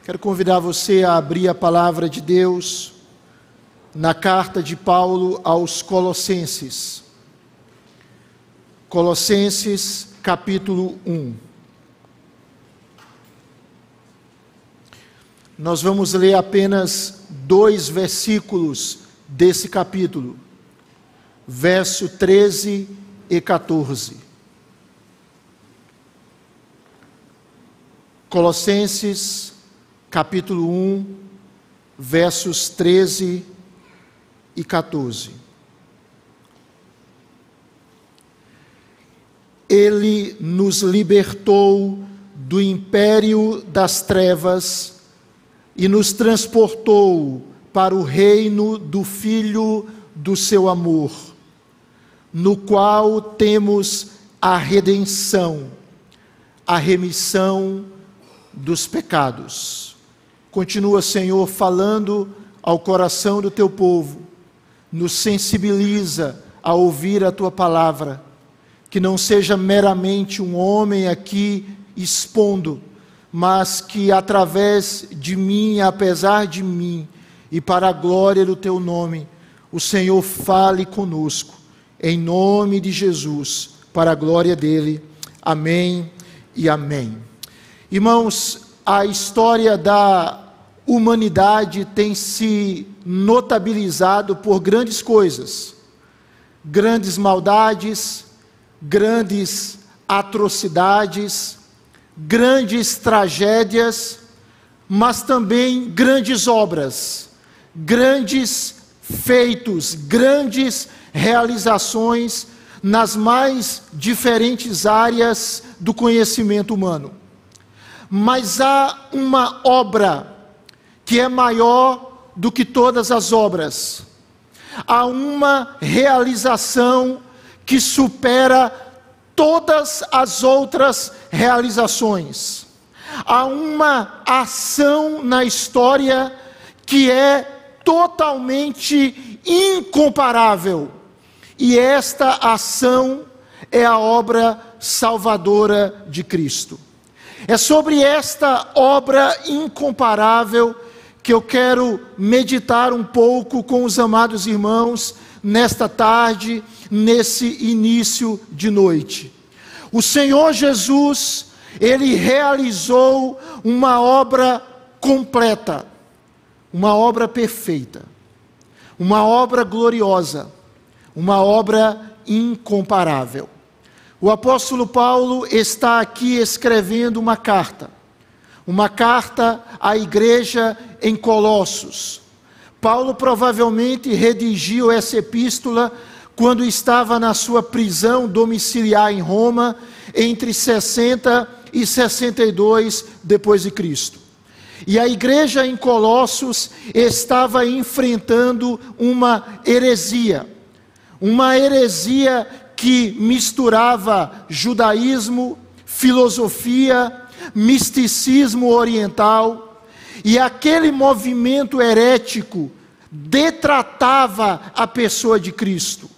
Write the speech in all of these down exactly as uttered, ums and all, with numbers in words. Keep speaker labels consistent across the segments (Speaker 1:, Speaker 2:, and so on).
Speaker 1: Quero convidar você a abrir a palavra de Deus na carta de Paulo aos Colossenses. Colossenses, capítulo um. Nós vamos ler apenas dois versículos desse capítulo, verso treze e quatorze. Colossenses, capítulo um, versos treze e quatorze. Ele nos libertou do império das trevas e nos transportou para o reino do Filho do seu amor, no qual temos a redenção, a remissão dos pecados. Continua, Senhor, falando ao coração do teu povo, nos sensibiliza a ouvir a tua palavra, que não seja meramente um homem aqui expondo, mas que através de mim, apesar de mim, e para a glória do teu nome, o Senhor fale conosco, em nome de Jesus, para a glória dele. Amém e amém. Irmãos, a história da humanidade tem se notabilizado por grandes coisas, grandes maldades, grandes atrocidades, grandes tragédias, mas também grandes obras, grandes feitos, grandes realizações nas mais diferentes áreas do conhecimento humano. Mas há uma obra que é maior do que todas as obras. Há uma realização que supera todas as outras realizações. Há uma ação na história que é totalmente incomparável. E esta ação é a obra salvadora de Cristo. É sobre esta obra incomparável que eu quero meditar um pouco com os amados irmãos nesta tarde, nesse início de noite. O Senhor Jesus, Ele realizou uma obra completa, uma obra perfeita, uma obra gloriosa, uma obra incomparável. O apóstolo Paulo está aqui escrevendo uma carta, uma carta à igreja em Colossos. Paulo provavelmente redigiu essa epístola quando estava na sua prisão domiciliar em Roma, entre sessenta e sessenta e dois depois de Cristo. E a igreja em Colossos estava enfrentando uma heresia, uma heresia que misturava judaísmo, filosofia, misticismo oriental, e aquele movimento herético detratava a pessoa de Cristo,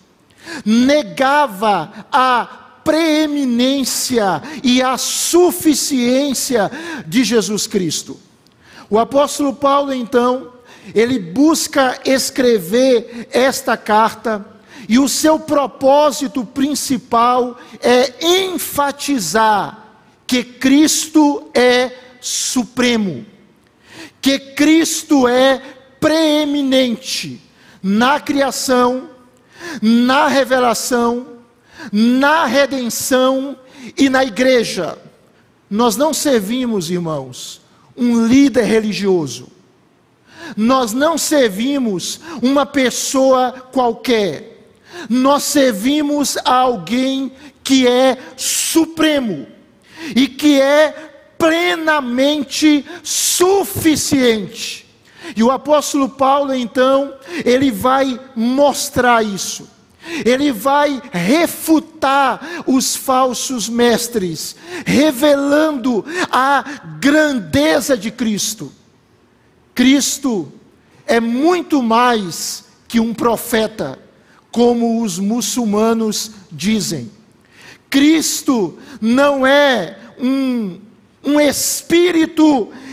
Speaker 1: negava a preeminência e a suficiência de Jesus Cristo. O apóstolo Paulo, então, ele busca escrever esta carta, e o seu propósito principal é enfatizar que Cristo é supremo, que Cristo é preeminente na criação, na revelação, na redenção e na igreja. Nós não servimos, irmãos, um líder religioso. Nós não servimos uma pessoa qualquer. Nós servimos a alguém que é supremo e que é plenamente suficiente. E o apóstolo Paulo, então, ele vai mostrar isso. Ele vai refutar os falsos mestres, revelando a grandeza de Cristo. Cristo é muito mais que um profeta, como os muçulmanos dizem. Cristo não é um, um espírito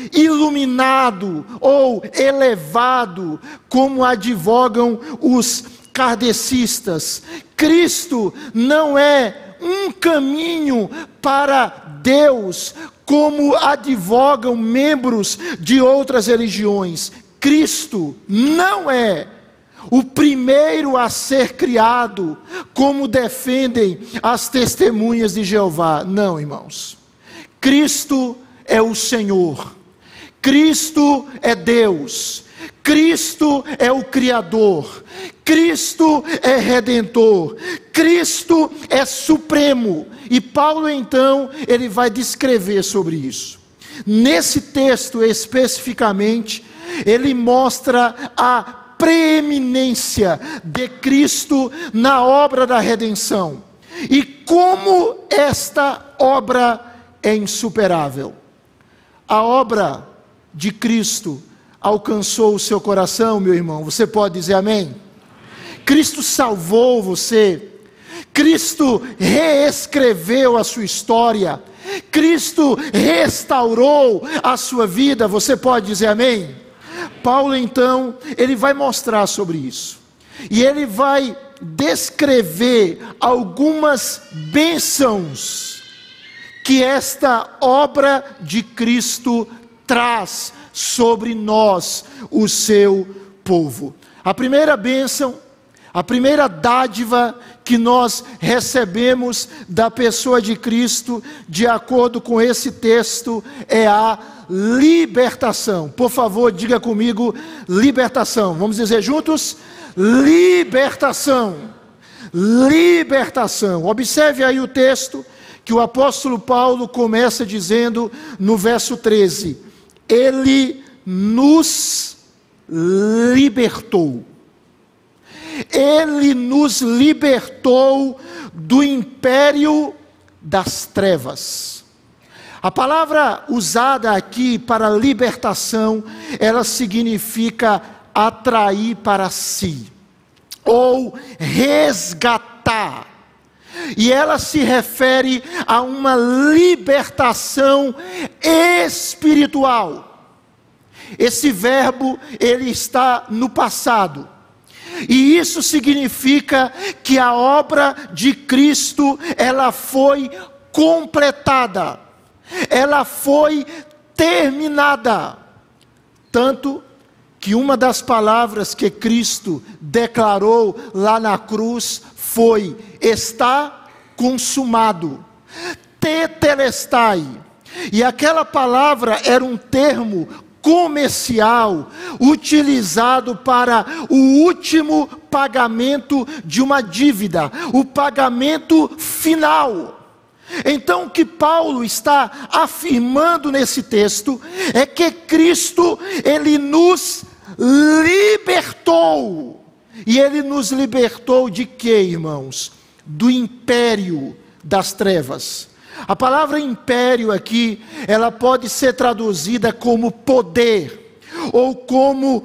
Speaker 1: iluminado ou elevado, como advogam os kardecistas. Cristo não é um caminho para Deus, como advogam membros de outras religiões. Cristo não é o primeiro a ser criado, como defendem as testemunhas de Jeová. Não, irmãos. Cristo é o Senhor. Cristo é Deus. Cristo é o Criador. Cristo é Redentor. Cristo é Supremo. E Paulo, então, ele vai descrever sobre isso. Nesse texto, especificamente, ele mostra a preeminência de Cristo na obra da redenção. E como esta obra é insuperável. A obra de Cristo alcançou o seu coração, meu irmão. Você pode dizer amém? Cristo salvou você. Cristo reescreveu a sua história. Cristo restaurou a sua vida. Você pode dizer amém? Paulo, então, ele vai mostrar sobre isso. E ele vai descrever algumas bênçãos que esta obra de Cristo traz sobre nós, o seu povo. A primeira bênção, a primeira dádiva que nós recebemos da pessoa de Cristo, de acordo com esse texto, é a libertação. Por favor, diga comigo, libertação. Vamos dizer juntos? Libertação. Libertação. Observe aí o texto que o apóstolo Paulo começa dizendo no verso treze. Ele nos libertou. Ele nos libertou do império das trevas. A palavra usada aqui para libertação, ela significa atrair para si, ou resgatar. E ela se refere a uma libertação espiritual. Esse verbo, ele está no passado. E isso significa que a obra de Cristo, ela foi completada. Ela foi terminada. Tanto que uma das palavras que Cristo declarou lá na cruz foi: está consumado. Tetelestai. E aquela palavra era um termo comercial, utilizado para o último pagamento de uma dívida, o pagamento final. Então o que Paulo está afirmando nesse texto é que Cristo, ele nos libertou. E ele nos libertou de quê, irmãos? Do império das trevas. A palavra império aqui, ela pode ser traduzida como poder, ou como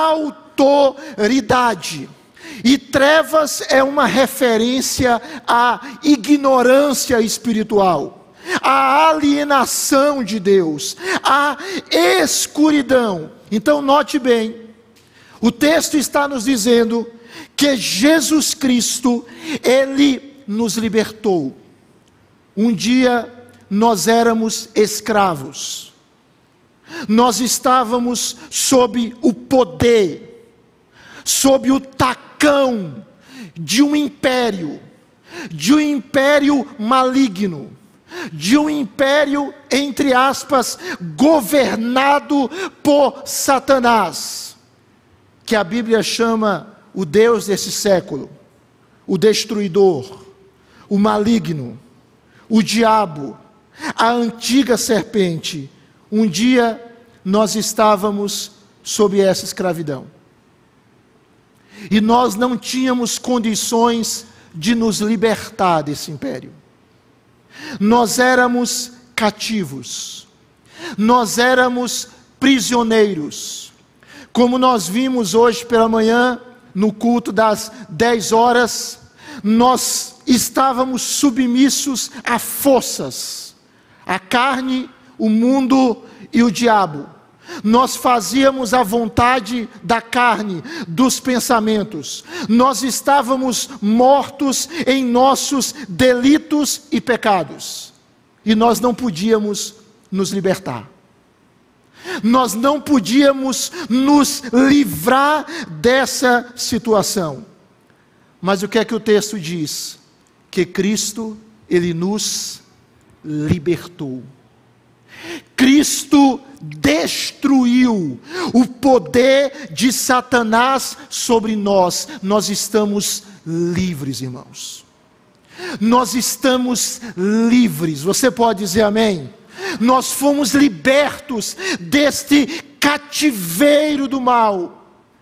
Speaker 1: autoridade. E trevas é uma referência à ignorância espiritual, à alienação de Deus, à escuridão. Então note bem, o texto está nos dizendo que Jesus Cristo, ele nos libertou. Um dia nós éramos escravos, nós estávamos sob o poder, sob o tacão de um império, de um império maligno, de um império, entre aspas, governado por Satanás, que a Bíblia chama o Deus desse século, o destruidor, o maligno, o diabo, a antiga serpente. Um dia nós estávamos sob essa escravidão. E nós não tínhamos condições de nos libertar desse império. Nós éramos cativos. Nós éramos prisioneiros. Como nós vimos hoje pela manhã, no culto das dez horas, nós estávamos submissos a forças, a carne, o mundo e o diabo. nós fazíamos a vontade da carne, dos pensamentos, nós estávamos mortos em nossos delitos e pecados, e nós não podíamos nos libertar, nós não podíamos nos livrar dessa situação. Mas o que é que o texto diz? Que Cristo, Ele nos libertou. Cristo destruiu o poder de Satanás sobre nós. Nós estamos livres, irmãos. Nós estamos livres. Você pode dizer amém? Nós fomos libertos deste cativeiro do mal.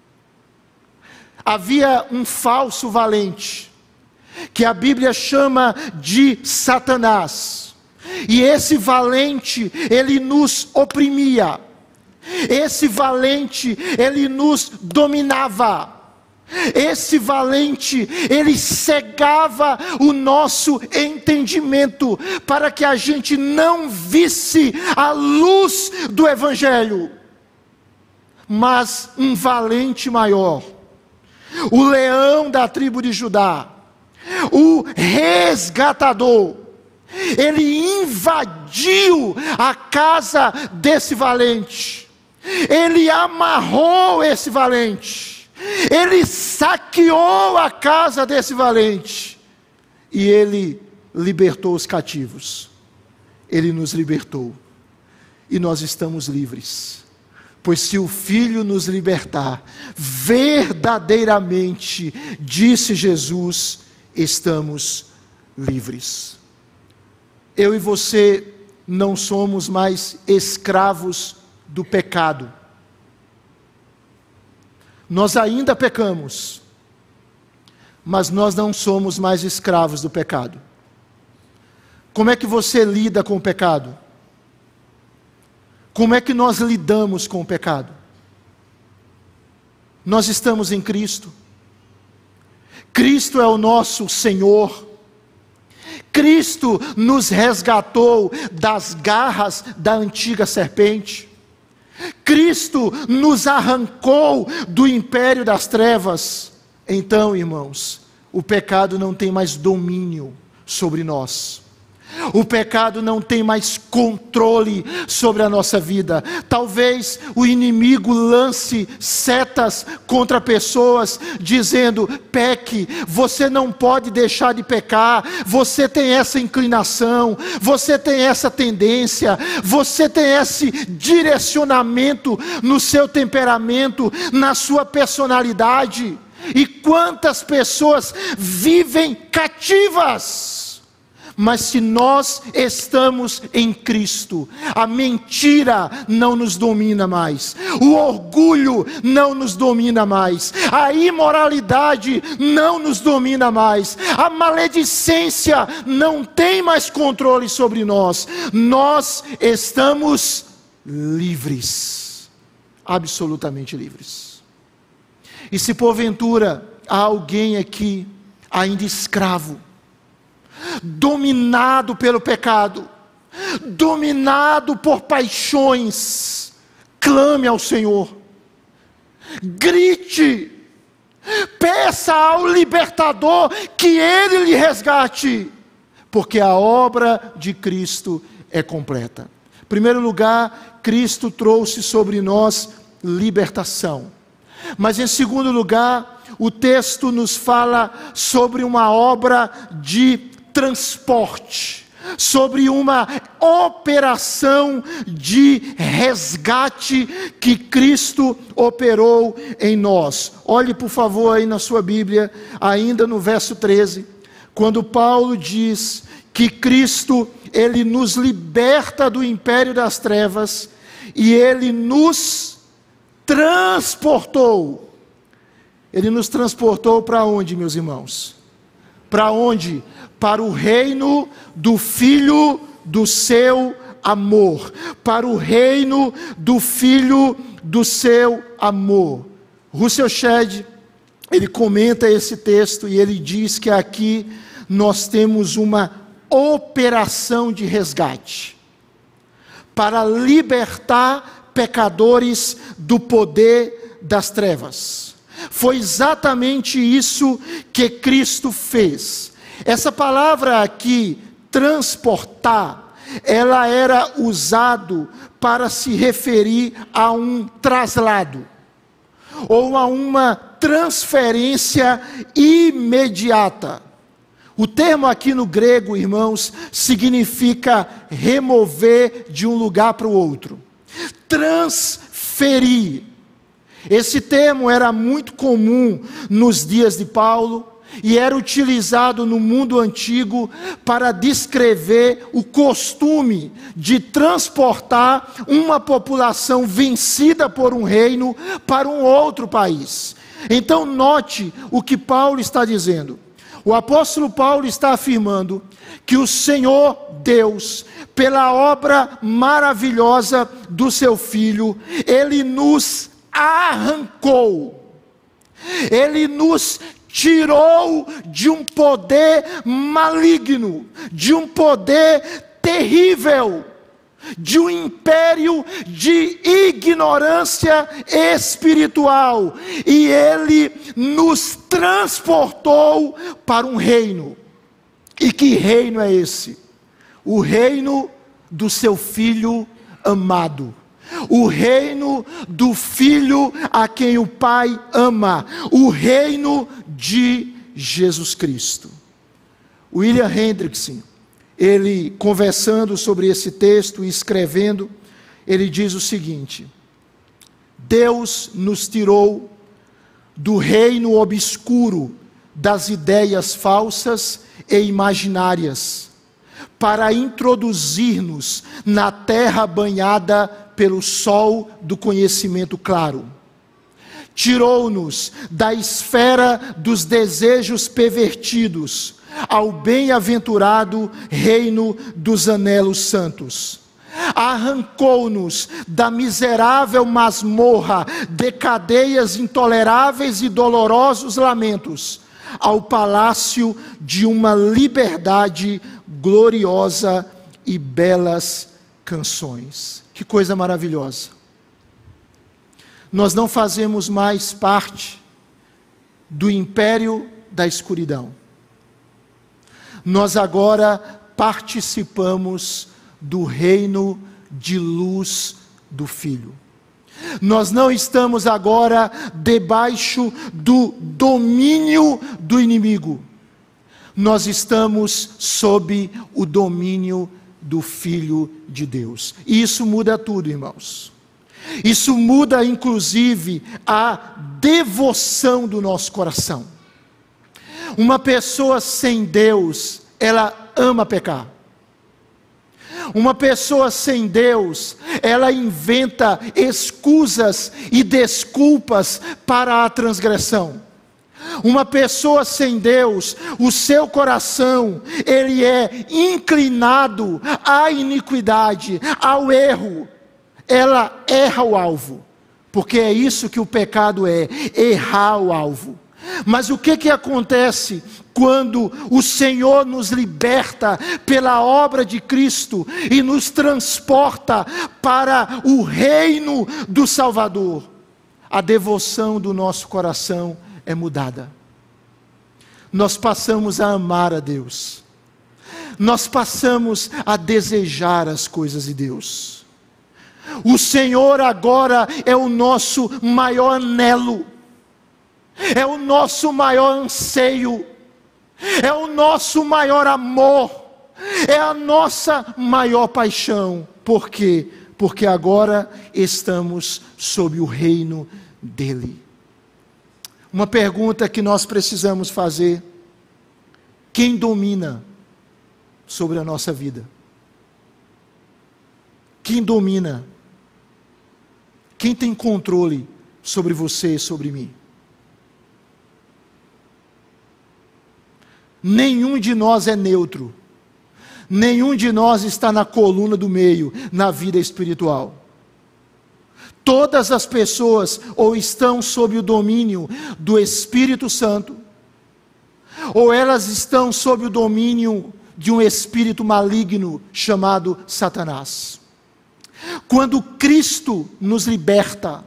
Speaker 1: Havia um falso valente, que a Bíblia chama de Satanás. E esse valente, ele nos oprimia. Esse valente, ele nos dominava. Esse valente, ele cegava o nosso entendimento, para que a gente não visse a luz do Evangelho. Mas um valente maior, o leão da tribo de Judá, o resgatador, ele invadiu a casa desse valente, ele amarrou esse valente, ele saqueou a casa desse valente, e ele libertou os cativos. Ele nos libertou, e nós estamos livres. Pois se o Filho nos libertar, verdadeiramente, disse Jesus, estamos livres. Eu e você não somos mais escravos do pecado. Nós ainda pecamos, mas nós não somos mais escravos do pecado. Como é que você lida com o pecado? Como é que nós lidamos com o pecado? Nós estamos em Cristo. Cristo é o nosso Senhor. Cristo nos resgatou das garras da antiga serpente. Cristo nos arrancou do império das trevas. Então, irmãos, o pecado não tem mais domínio sobre nós. O pecado não tem mais controle sobre a nossa vida. Talvez o inimigo lance setas contra pessoas, dizendo: peque, você não pode deixar de pecar, você tem essa inclinação, você tem essa tendência, você tem esse direcionamento no seu temperamento, na sua personalidade. E quantas pessoas vivem cativas? Mas se nós estamos em Cristo, a mentira não nos domina mais, o orgulho não nos domina mais, a imoralidade não nos domina mais, a maledicência não tem mais controle sobre nós. Nós estamos livres, absolutamente livres. E se porventura há alguém aqui ainda escravo, dominado pelo pecado, dominado por paixões, clame ao Senhor, grite, peça ao libertador que Ele lhe resgate, porque a obra de Cristo é completa. Em primeiro lugar, Cristo trouxe sobre nós libertação. Mas em segundo lugar, o texto nos fala sobre uma obra de transporte, sobre uma operação de resgate que Cristo operou em nós. Olhe por favor aí na sua Bíblia, ainda no verso treze, quando Paulo diz que Cristo, Ele nos liberta do império das trevas, e Ele nos transportou. Ele nos transportou para onde, meus irmãos? Para onde? Para o reino do Filho do seu amor, para o reino do Filho do seu amor. Russell Shedd, ele comenta esse texto e ele diz que aqui nós temos uma operação de resgate, para libertar pecadores do poder das trevas. Foi exatamente isso que Cristo fez. Essa palavra aqui, transportar, ela era usado para se referir a um traslado, ou a uma transferência imediata. O termo aqui no grego, irmãos, significa remover de um lugar para o outro. Transferir. Esse termo era muito comum nos dias de Paulo e era utilizado no mundo antigo para descrever o costume de transportar uma população vencida por um reino para um outro país. Então note o que Paulo está dizendo. O apóstolo Paulo está afirmando que o Senhor Deus, pela obra maravilhosa do seu Filho, Ele nos arrancou, Ele nos tirou de um poder maligno, de um poder terrível, de um império de ignorância espiritual, e Ele nos transportou para um reino. E que reino é esse? O reino do seu Filho amado, o reino do Filho a quem o Pai ama, o reino de Jesus Cristo. William Hendrickson, ele conversando sobre esse texto e escrevendo, ele diz o seguinte: Deus nos tirou do reino obscuro das ideias falsas e imaginárias, para introduzir-nos na terra banhada pelo sol do conhecimento claro. Tirou-nos da esfera dos desejos pervertidos ao bem-aventurado reino dos anelos santos. Arrancou-nos da miserável masmorra de cadeias intoleráveis e dolorosos lamentos ao palácio de uma liberdade gloriosa e belas canções. Que coisa maravilhosa! Nós não fazemos mais parte do império da escuridão. Nós agora participamos do reino de luz do Filho. Nós não estamos agora debaixo do domínio do inimigo. Nós estamos sob o domínio do Filho de Deus. E isso muda tudo, irmãos. Isso muda inclusive a devoção do nosso coração. Uma pessoa sem Deus, ela ama pecar. Uma pessoa sem Deus, ela inventa escusas e desculpas para a transgressão. Uma pessoa sem Deus, o seu coração, ele é inclinado à iniquidade, ao erro. Ela erra o alvo, porque é isso que o pecado é, errar o alvo. Mas o que que acontece quando o Senhor nos liberta pela obra de Cristo e nos transporta para o reino do Salvador? A devoção do nosso coração é mudada. Nós passamos a amar a Deus. Nós passamos a desejar as coisas de Deus. O Senhor agora é o nosso maior anelo. É o nosso maior anseio, é o nosso maior amor, é a nossa maior paixão. Por quê? Porque agora estamos sob o reino dEle. Uma pergunta que nós precisamos fazer: quem domina sobre a nossa vida? Quem domina? Quem tem controle sobre você e sobre mim? Nenhum de nós é neutro. Nenhum de nós está na coluna do meio, na vida espiritual. Todas as pessoas ou estão sob o domínio do Espírito Santo, ou elas estão sob o domínio de um espírito maligno chamado Satanás. Quando Cristo nos liberta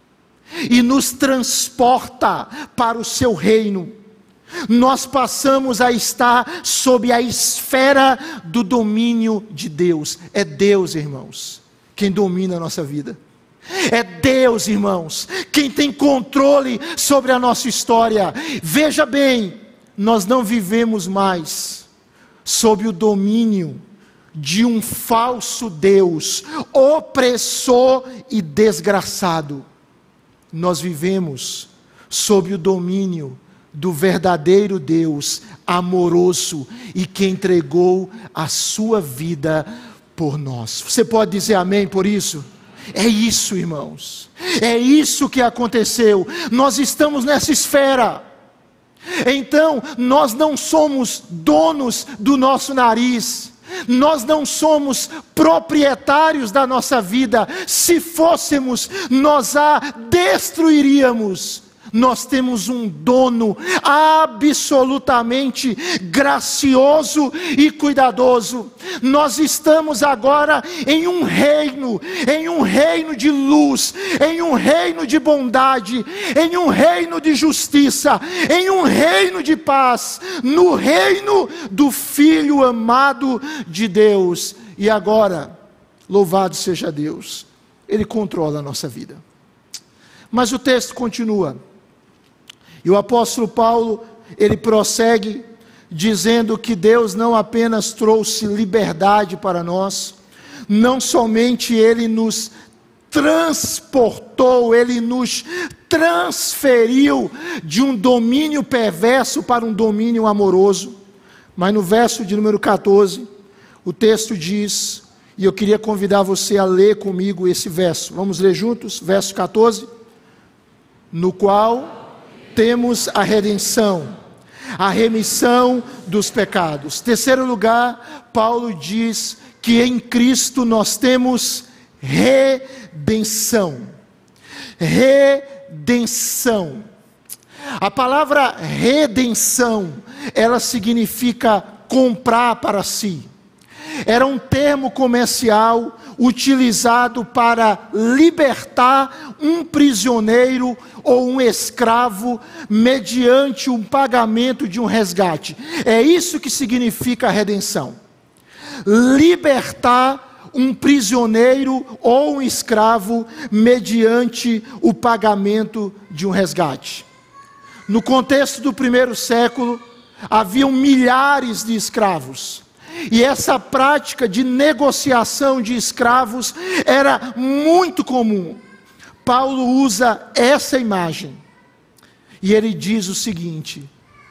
Speaker 1: e nos transporta para o seu reino, nós passamos a estar sob a esfera do domínio de Deus. É Deus, irmãos, quem domina a nossa vida. É Deus, irmãos, quem tem controle sobre a nossa história. Veja bem, nós não vivemos mais sob o domínio de um falso Deus, opressor e desgraçado. Nós vivemos sob o domínio do verdadeiro Deus, amoroso, e que entregou a sua vida por nós. Você pode dizer amém por isso? É isso, irmãos, é isso que aconteceu. Nós estamos nessa esfera. Então, nós não somos donos do nosso nariz, nós não somos proprietários da nossa vida. Se fôssemos, nós a destruiríamos. Nós temos um dono absolutamente gracioso e cuidadoso. Nós estamos agora em um reino, em um reino de luz, em um reino de bondade, em um reino de justiça, em um reino de paz, no reino do Filho amado de Deus. E agora, louvado seja Deus, Ele controla a nossa vida. Mas o texto continua. E o apóstolo Paulo, ele prossegue, dizendo que Deus não apenas trouxe liberdade para nós, não somente Ele nos transportou, Ele nos transferiu de um domínio perverso para um domínio amoroso, mas no verso de número catorze, o texto diz, e eu queria convidar você a ler comigo esse verso, vamos ler juntos, verso catorze, no qual temos a redenção, a remissão dos pecados. Terceiro lugar, Paulo diz que em Cristo nós temos redenção. Redenção. A palavra redenção, ela significa comprar para si. Era um termo comercial utilizado para libertar um prisioneiro ou um escravo mediante um pagamento de um resgate. É isso que significa a redenção. Libertar um prisioneiro ou um escravo mediante o pagamento de um resgate. No contexto do primeiro século, haviam milhares de escravos. E essa prática de negociação de escravos era muito comum. Paulo usa essa imagem. E ele diz o seguinte: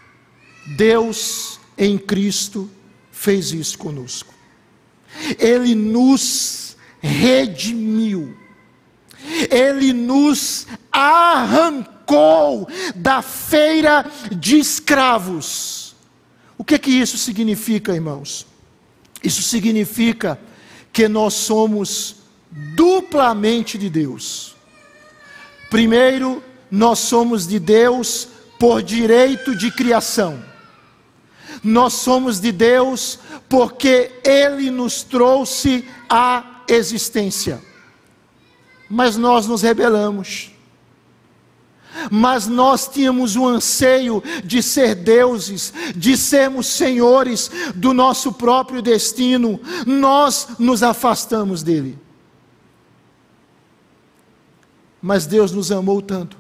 Speaker 1: Deus em Cristo fez isso conosco. Ele nos redimiu. Ele nos arrancou da feira de escravos. O que que isso significa, irmãos? Isso significa que nós somos duplamente de Deus. Primeiro, nós somos de Deus por direito de criação. Nós somos de Deus porque Ele nos trouxe à existência. Mas nós nos rebelamos. Mas nós tínhamos o anseio de ser deuses, de sermos senhores do nosso próprio destino. Nós nos afastamos dele. Mas Deus nos amou tanto,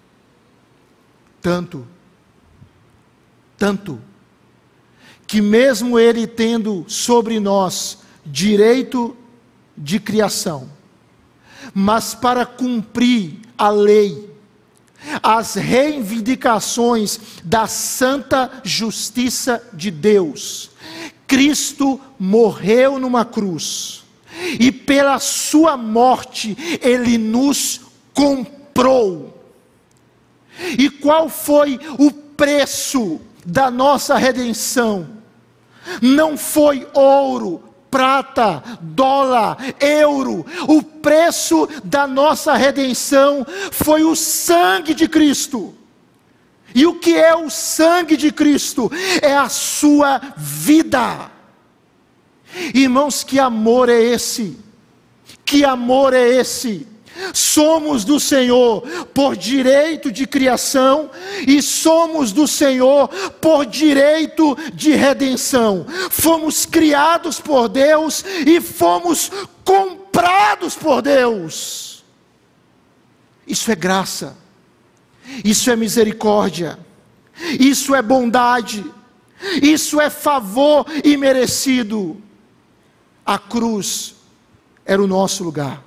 Speaker 1: tanto, tanto, que mesmo Ele tendo sobre nós direito de criação, mas para cumprir a lei, as reivindicações da santa justiça de Deus, Cristo morreu numa cruz, e pela sua morte Ele nos comprou. E qual foi o preço da nossa redenção? Não foi ouro, prata, dólar, euro. O preço da nossa redenção foi o sangue de Cristo. E o que é o sangue de Cristo? É a sua vida. Irmãos, que amor é esse? Que amor é esse? Somos do Senhor por direito de criação e somos do Senhor por direito de redenção. Fomos criados por Deus e fomos comprados por Deus. Isso é graça, isso é misericórdia, isso é bondade, isso é favor imerecido. A cruz era o nosso lugar.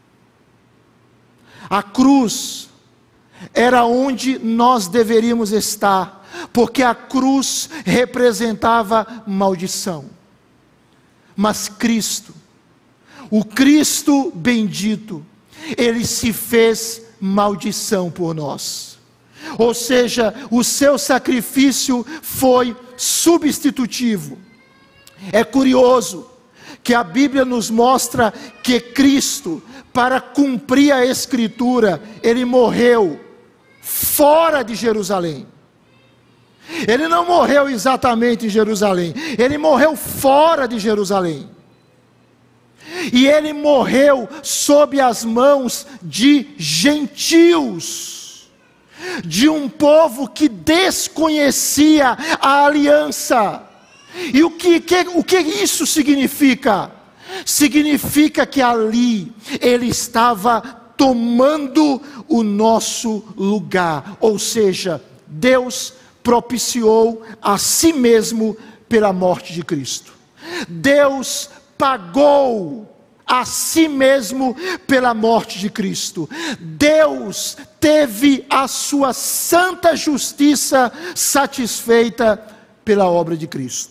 Speaker 1: A cruz era onde nós deveríamos estar, porque a cruz representava maldição. Mas Cristo, o Cristo bendito, Ele se fez maldição por nós. Ou seja, o seu sacrifício foi substitutivo. É curioso que a Bíblia nos mostra que Cristo, para cumprir a Escritura, Ele morreu fora de Jerusalém. Ele não morreu exatamente em Jerusalém, Ele morreu fora de Jerusalém. E Ele morreu sob as mãos de gentios, de um povo que desconhecia a aliança. E o que, que, o que isso significa? Significa que ali Ele estava tomando o nosso lugar. Ou seja, Deus propiciou a si mesmo pela morte de Cristo. Deus pagou a si mesmo pela morte de Cristo. Deus teve a sua santa justiça satisfeita pela obra de Cristo.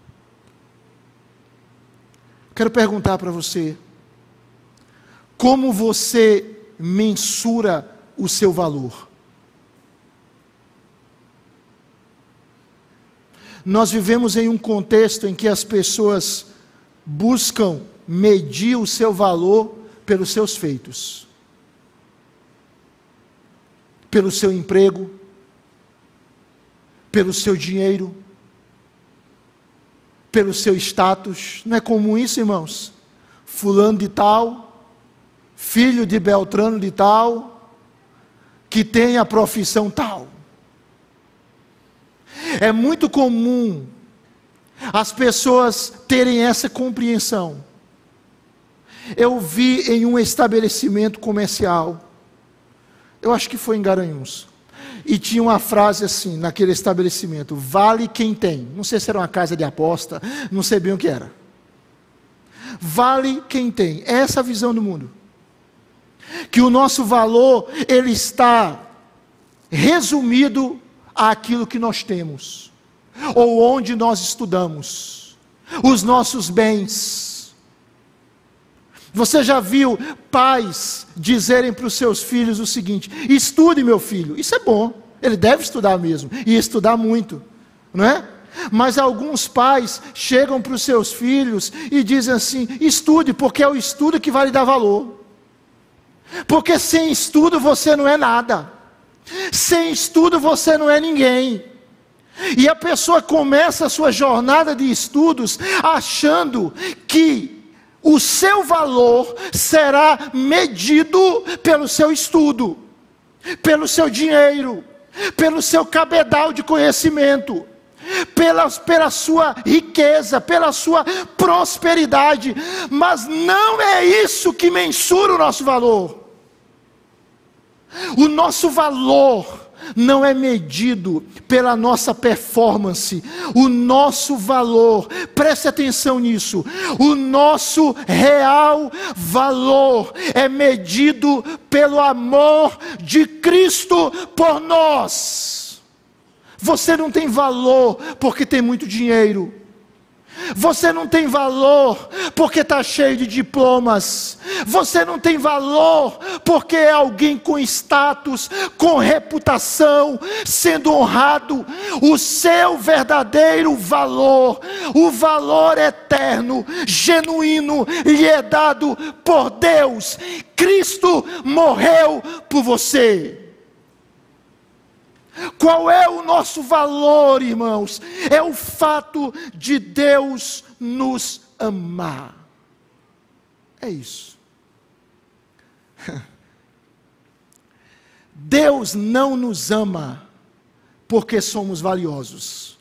Speaker 1: Quero perguntar para você, como você mensura o seu valor? Nós vivemos em um contexto em que as pessoas buscam medir o seu valor pelos seus feitos, pelo seu emprego, pelo seu dinheiro, pelo seu status. Não é comum isso, irmãos? Fulano de tal, filho de Beltrano de tal, que tem a profissão tal. É muito comum as pessoas terem essa compreensão. Eu vi em um estabelecimento comercial, eu acho que foi em Garanhuns, e tinha uma frase assim, naquele estabelecimento: vale quem tem. Não sei se era uma casa de aposta, não sei bem o que era. Vale quem tem. Essa é a visão do mundo. Que o nosso valor, ele está resumido àquilo que nós temos, ou onde nós estudamos, os nossos bens. Você já viu pais dizerem para os seus filhos o seguinte: estude, meu filho. Isso é bom, ele deve estudar mesmo, e estudar muito, não é? Mas alguns pais chegam para os seus filhos e dizem assim: estude, porque é o estudo que vai lhe dar valor. Porque sem estudo você não é nada. Sem estudo você não é ninguém. E a pessoa começa a sua jornada de estudos achando que o seu valor será medido pelo seu estudo, pelo seu dinheiro, pelo seu cabedal de conhecimento, pela, pela sua riqueza, pela sua prosperidade. Mas não é isso que mensura o nosso valor. O nosso valor não é medido pela nossa performance. O nosso valor, preste atenção nisso, o nosso real valor é medido pelo amor de Cristo por nós. Você não tem valor porque tem muito dinheiro. Você não tem valor porque está cheio de diplomas. Você não tem valor porque é alguém com status, com reputação, sendo honrado. O seu verdadeiro valor, o valor eterno, genuíno, lhe é dado por Deus. Cristo morreu por você. Qual é o nosso valor, irmãos? É o fato de Deus nos amar. É isso. Deus não nos ama porque somos valiosos.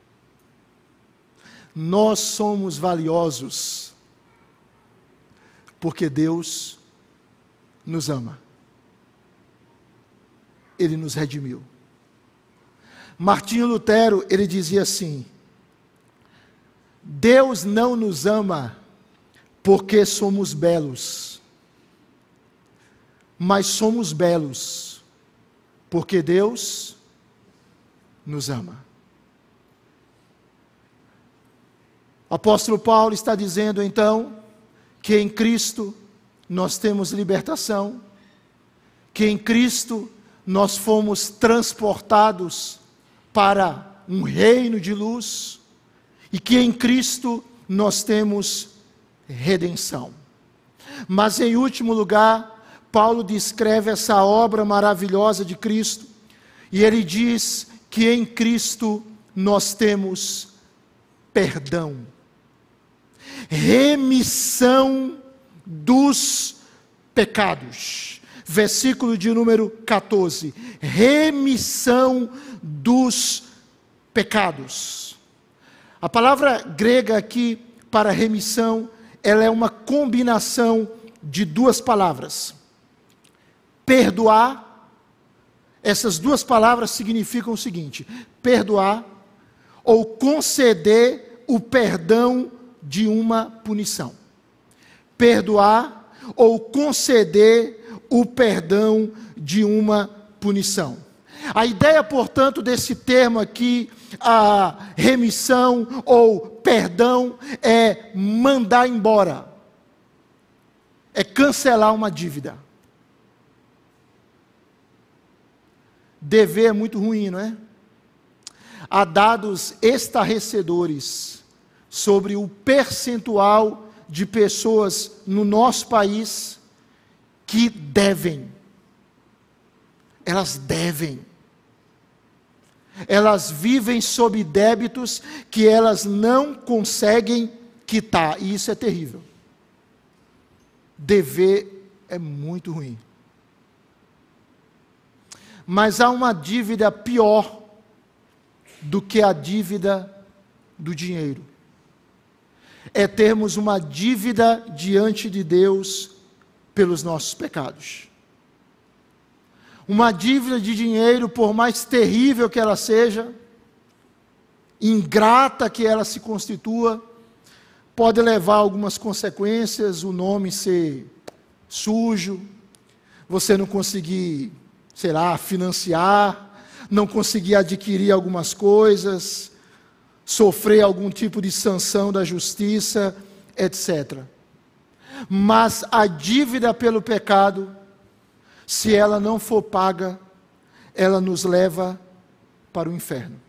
Speaker 1: Nós somos valiosos porque Deus nos ama. Ele nos redimiu. Martinho Lutero, ele dizia assim: Deus não nos ama porque somos belos, mas somos belos porque Deus nos ama. O apóstolo Paulo está dizendo então que em Cristo nós temos libertação, que em Cristo nós fomos transportados para um reino de luz, e que em Cristo nós temos redenção. Mas em último lugar, Paulo descreve essa obra maravilhosa de Cristo, e ele diz que em Cristo nós temos perdão, remissão dos pecados. Versículo de número quatorze, remissão dos pecados. A palavra grega aqui para remissão, ela é uma combinação de duas palavras. Perdoar, essas duas palavras significam o seguinte: perdoar ou conceder o perdão de uma punição. Perdoar ou conceder o perdão de uma punição. A ideia, portanto, desse termo aqui, a remissão ou perdão, é mandar embora, é cancelar uma dívida. Dever é muito ruim, não é? Há dados estarrecedores sobre o percentual de pessoas no nosso país que devem. Elas devem. Elas vivem sob débitos que elas não conseguem quitar. E isso é terrível. Dever é muito ruim. Mas há uma dívida pior do que a dívida do dinheiro. É termos uma dívida diante de Deus pelos nossos pecados. Uma dívida de dinheiro, por mais terrível que ela seja, ingrata que ela se constitua, pode levar a algumas consequências: o nome ser sujo, você não conseguir, sei lá, financiar, não conseguir adquirir algumas coisas, sofrer algum tipo de sanção da justiça, etcétera. Mas a dívida pelo pecado, se ela não for paga, ela nos leva para o inferno.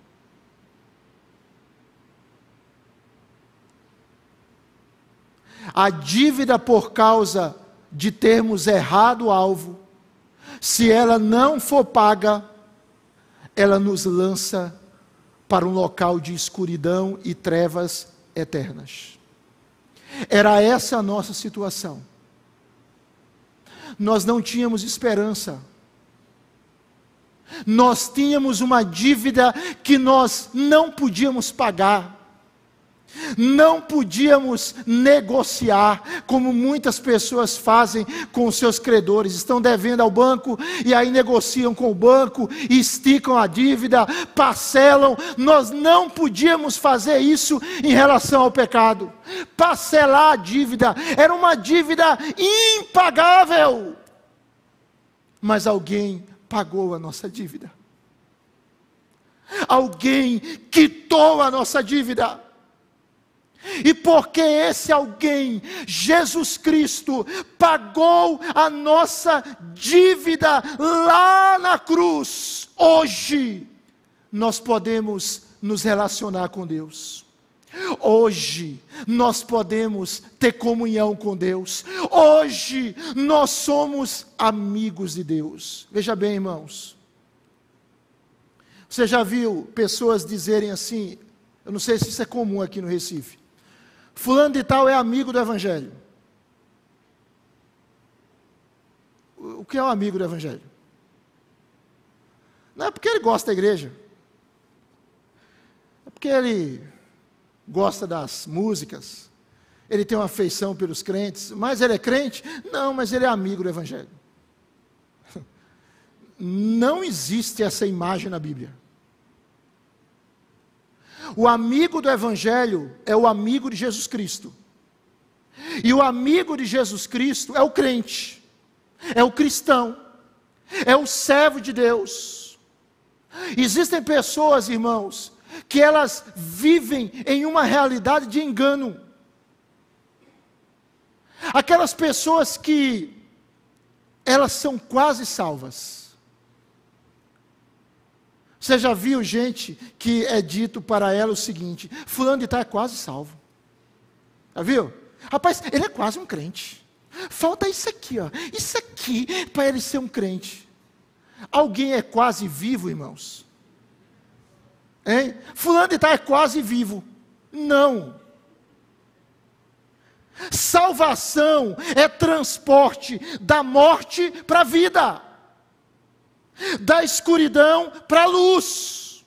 Speaker 1: A dívida por causa de termos errado o alvo, se ela não for paga, ela nos lança para um local de escuridão e trevas eternas. Era essa a nossa situação. Nós não tínhamos esperança. Nós tínhamos uma dívida que nós não podíamos pagar. Não podíamos negociar, como muitas pessoas fazem com os seus credores. Estão devendo ao banco e aí negociam com o banco, esticam a dívida, parcelam. Nós não podíamos fazer isso em relação ao pecado. Parcelar a dívida era uma dívida impagável. Mas alguém pagou a nossa dívida. Alguém quitou a nossa dívida. E porque esse alguém, Jesus Cristo, pagou a nossa dívida lá na cruz, hoje nós podemos nos relacionar com Deus. Hoje nós podemos ter comunhão com Deus. Hoje nós somos amigos de Deus. Veja bem, irmãos. Você já viu pessoas dizerem assim, eu não sei se isso é comum aqui no Recife: fulano de tal é amigo do Evangelho. o que é o amigo do Evangelho? Não é porque ele gosta da igreja, é porque ele gosta das músicas, ele tem uma afeição pelos crentes, mas ele é crente? Não, mas ele é amigo do Evangelho. Não existe essa imagem na Bíblia. O amigo do Evangelho é o amigo de Jesus Cristo. E o amigo de Jesus Cristo é o crente, é o cristão, é o servo de Deus. Existem pessoas, irmãos, que elas vivem em uma realidade de engano. Aquelas pessoas que elas são quase salvas. Você já viu gente que é dito para ela o seguinte: fulano de tal é quase salvo. Já viu? Rapaz, ele é quase um crente. Falta isso aqui, ó. Isso aqui para ele ser um crente. Alguém é quase vivo, irmãos? Hein? Fulano de tal é quase vivo. Não. Salvação é transporte da morte para a vida, da escuridão para a luz,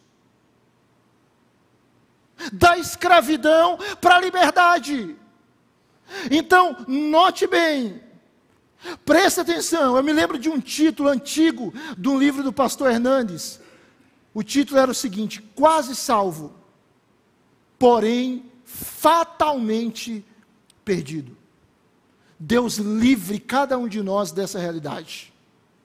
Speaker 1: da escravidão para a liberdade. Então, note bem, preste atenção. Eu me lembro de um título antigo de um livro do pastor Hernandes. O título era o seguinte: quase salvo, porém fatalmente perdido. Deus livre cada um de nós dessa realidade.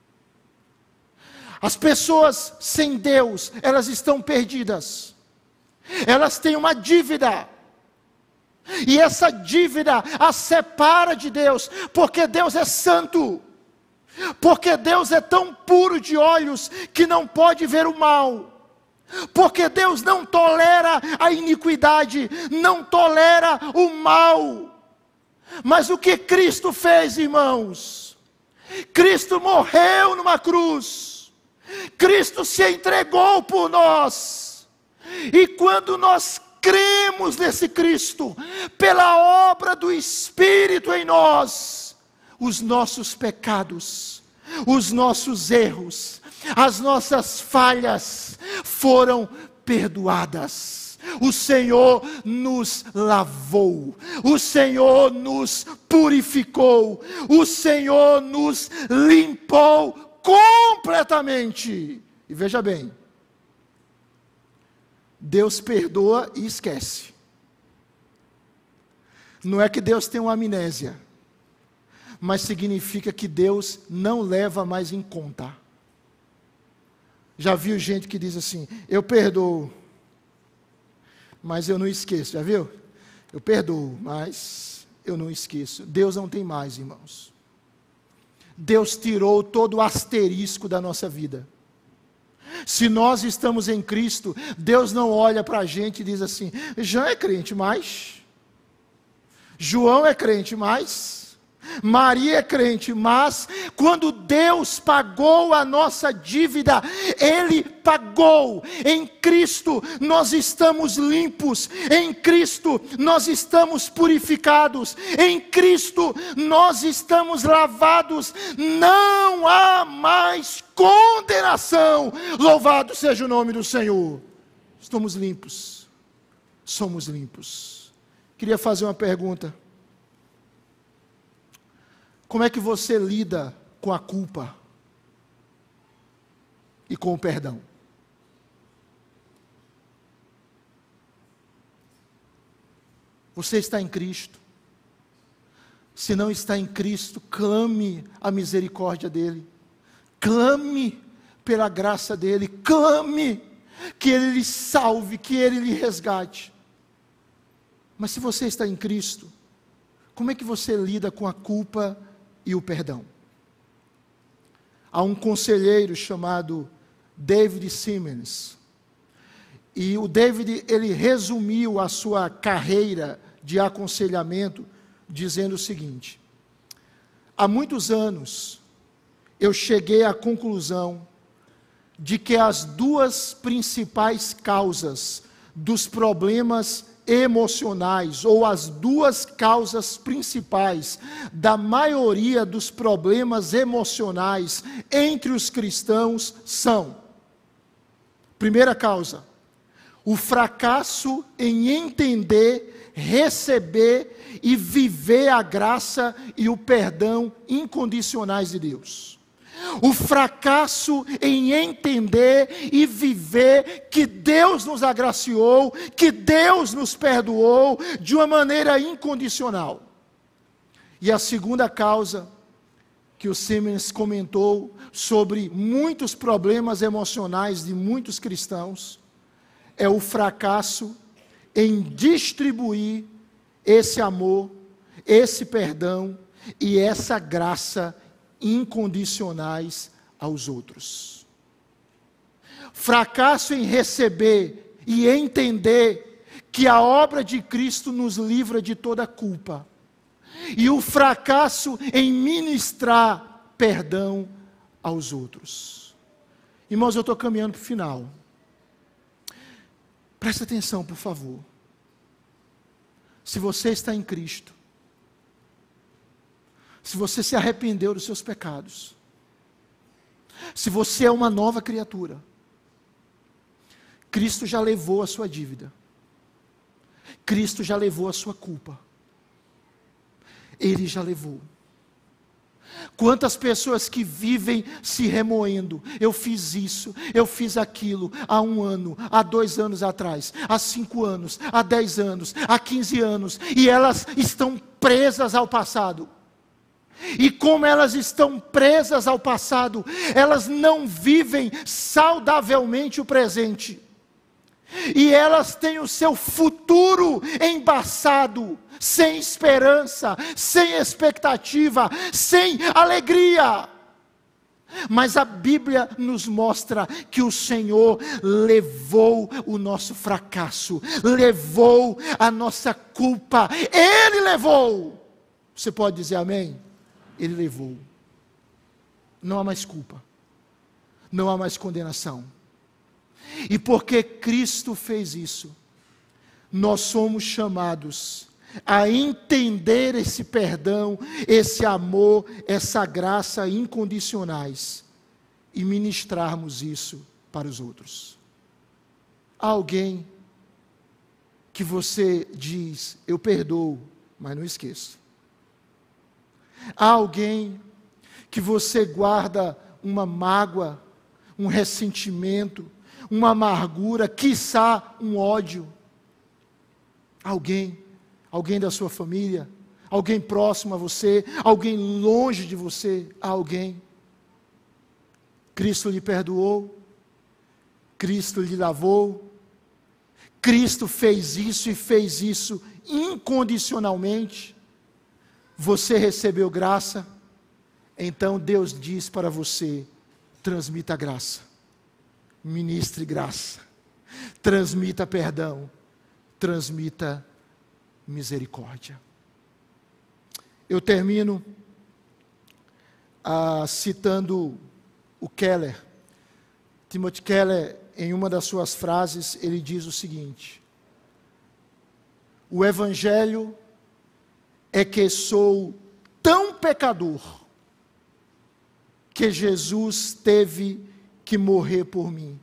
Speaker 1: As pessoas sem Deus, elas estão perdidas. Elas têm uma dívida. E essa dívida as separa de Deus, porque Deus é santo. Porque Deus é tão puro de olhos que não pode ver o mal. Porque Deus não tolera a iniquidade, não tolera o mal. Mas o que Cristo fez, irmãos? Cristo morreu numa cruz. Cristo se entregou por nós. E quando nós cremos nesse Cristo, pela obra do Espírito em nós, os nossos pecados, os nossos erros, as nossas falhas foram perdoadas. O Senhor nos lavou, o Senhor nos purificou, o Senhor nos limpou completamente. E veja bem, Deus perdoa e esquece. Não é que Deus tem uma amnésia, mas significa que Deus não leva mais em conta. Já viu gente que diz assim: eu perdoo, mas eu não esqueço. Já viu? Eu perdoo, mas eu não esqueço. Deus não tem mais, irmãos. Deus tirou todo o asterisco da nossa vida. Se nós estamos em Cristo, Deus não olha para a gente e diz assim: Jean é crente, mas João é crente, mas Maria é crente, mas quando Deus pagou a nossa dívida, Ele pagou. Em Cristo nós estamos limpos, em Cristo nós estamos purificados, em Cristo nós estamos lavados, não há mais condenação. Louvado seja o nome do Senhor. Estamos limpos, somos limpos. Queria fazer uma pergunta: como é que você lida com a culpa e com o perdão? Você está em Cristo? Se não está em Cristo, clame a misericórdia dEle, clame pela graça dEle, clame que Ele lhe salve, que Ele lhe resgate. Mas se você está em Cristo, como é que você lida com a culpa e o perdão? Há um conselheiro chamado David Simmons, e o David, ele resumiu a sua carreira de aconselhamento dizendo o seguinte: há muitos anos eu cheguei à conclusão de que as duas principais causas dos problemas emocionais, ou as duas causas principais da maioria dos problemas emocionais entre os cristãos são: primeira causa, o fracasso em entender, receber e viver a graça e o perdão incondicionais de Deus. O fracasso em entender e viver que Deus nos agraciou, que Deus nos perdoou de uma maneira incondicional. E a segunda causa que o Simmons comentou sobre muitos problemas emocionais de muitos cristãos é o fracasso em distribuir esse amor, esse perdão e essa graça incondicionais aos outros. Fracasso em receber e entender que a obra de Cristo nos livra de toda culpa. E o fracasso em ministrar perdão aos outros. Irmãos, eu estou caminhando para o final. Presta atenção, por favor. Se você está em Cristo, se você se arrependeu dos seus pecados, se você é uma nova criatura, Cristo já levou a sua dívida, Cristo já levou a sua culpa, Ele já levou. Quantas pessoas que vivem se remoendo, eu fiz isso, eu fiz aquilo, há um ano, há dois anos atrás, há cinco anos, há dez anos, há quinze anos, e elas estão presas ao passado. E como elas estão presas ao passado, elas não vivem saudavelmente o presente. E elas têm o seu futuro embaçado, sem esperança, sem expectativa, sem alegria. Mas a Bíblia nos mostra que o Senhor levou o nosso fracasso, levou a nossa culpa, Ele levou. Você pode dizer amém? Ele levou. Não há mais culpa, não há mais condenação. E porque Cristo fez isso, nós somos chamados a entender esse perdão, esse amor, essa graça incondicionais e ministrarmos isso para os outros. Há alguém que você diz, eu perdoo, mas não esqueço. Há alguém que você guarda uma mágoa, um ressentimento, uma amargura, quiçá um ódio. Alguém, alguém da sua família, alguém próximo a você, alguém longe de você, há alguém. Cristo lhe perdoou, Cristo lhe lavou, Cristo fez isso e fez isso incondicionalmente. Você recebeu graça, então Deus diz para você, transmita graça, ministre graça, transmita perdão, transmita misericórdia. Eu termino ah, citando o Keller. Timothy Keller, em uma das suas frases, ele diz o seguinte: o Evangelho é que sou tão pecador que Jesus teve que morrer por mim,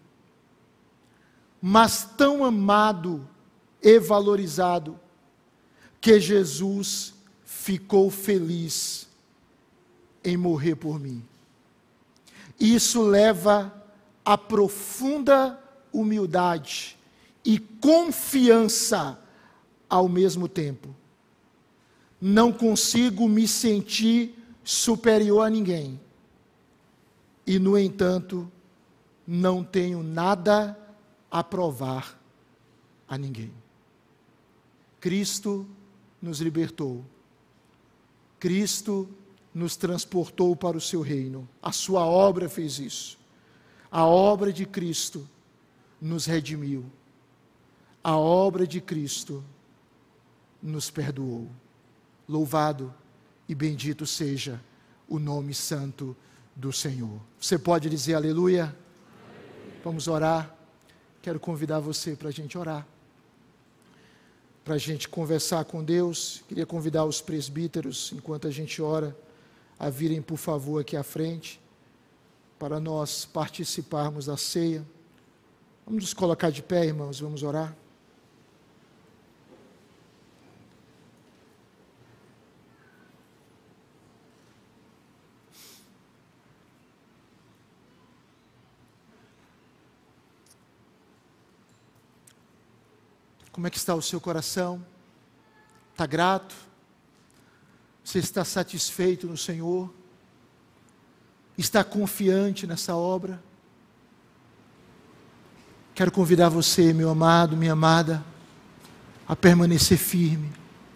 Speaker 1: mas tão amado e valorizado que Jesus ficou feliz em morrer por mim. Isso leva a profunda humildade e confiança ao mesmo tempo. Não consigo me sentir superior a ninguém. E, no entanto, não tenho nada a provar a ninguém. Cristo nos libertou. Cristo nos transportou para o seu reino. A sua obra fez isso. A obra de Cristo nos redimiu. A obra de Cristo nos perdoou. Louvado e bendito seja o nome santo do Senhor. Você pode dizer aleluia? Aleluia. Vamos orar. Quero convidar você para a gente orar. para a gente conversar com Deus. Queria convidar os presbíteros, enquanto a gente ora, a virem, por favor, aqui à frente, para nós participarmos da ceia. Vamos nos colocar de pé, irmãos, vamos orar. Como é que está o seu coração? Está grato? Você está satisfeito no Senhor? Está confiante nessa obra? Quero convidar você, meu amado, minha amada, a permanecer firme,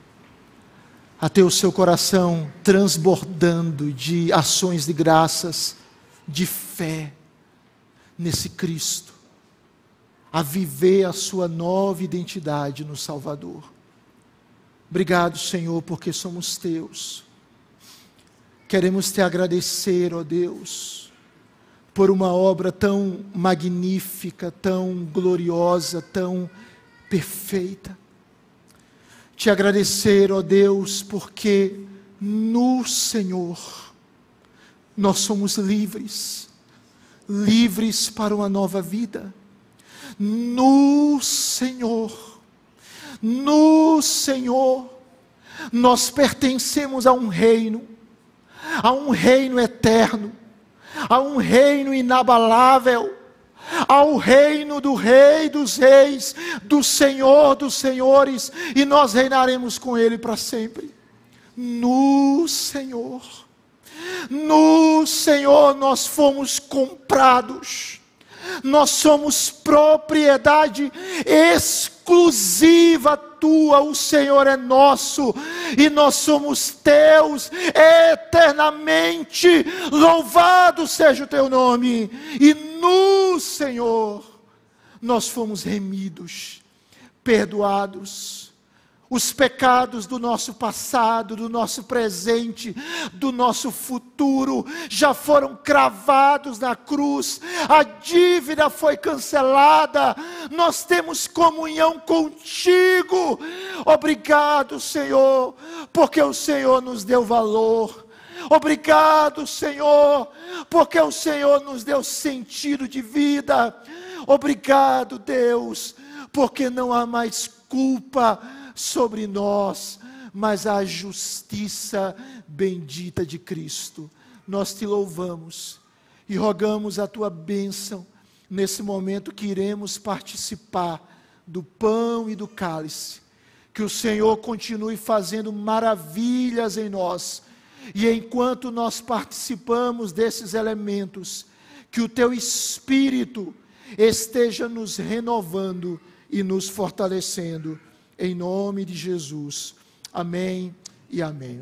Speaker 1: a ter o seu coração transbordando de ações de graças, de fé nesse Cristo, a viver a sua nova identidade no Salvador. Obrigado, Senhor, porque somos teus. Queremos te agradecer, ó Deus, por uma obra tão magnífica, tão gloriosa, tão perfeita. Te agradecer, ó Deus, porque no Senhor nós somos livres, livres para uma nova vida. No Senhor, no Senhor, nós pertencemos a um reino, a um reino eterno, a um reino inabalável, ao reino do Rei dos Reis, do Senhor dos Senhores, e nós reinaremos com Ele para sempre. No Senhor, no Senhor nós fomos comprados. Nós somos propriedade exclusiva tua, o Senhor é nosso, e nós somos teus eternamente, louvado seja o teu nome, e no Senhor, nós fomos remidos, perdoados, os pecados do nosso passado, do nosso presente, do nosso futuro, já foram cravados na cruz, a dívida foi cancelada, nós temos comunhão contigo. Obrigado, Senhor, porque o Senhor nos deu valor. Obrigado, Senhor, porque o Senhor nos deu sentido de vida. Obrigado, Deus, porque não há mais culpa sobre nós, mas a justiça bendita de Cristo. Nós te louvamos e rogamos a tua bênção nesse momento que iremos participar do pão e do cálice. Que o Senhor continue fazendo maravilhas em nós, e enquanto nós participamos desses elementos, que o teu Espírito esteja nos renovando e nos fortalecendo. Em nome de Jesus. Amém e amém.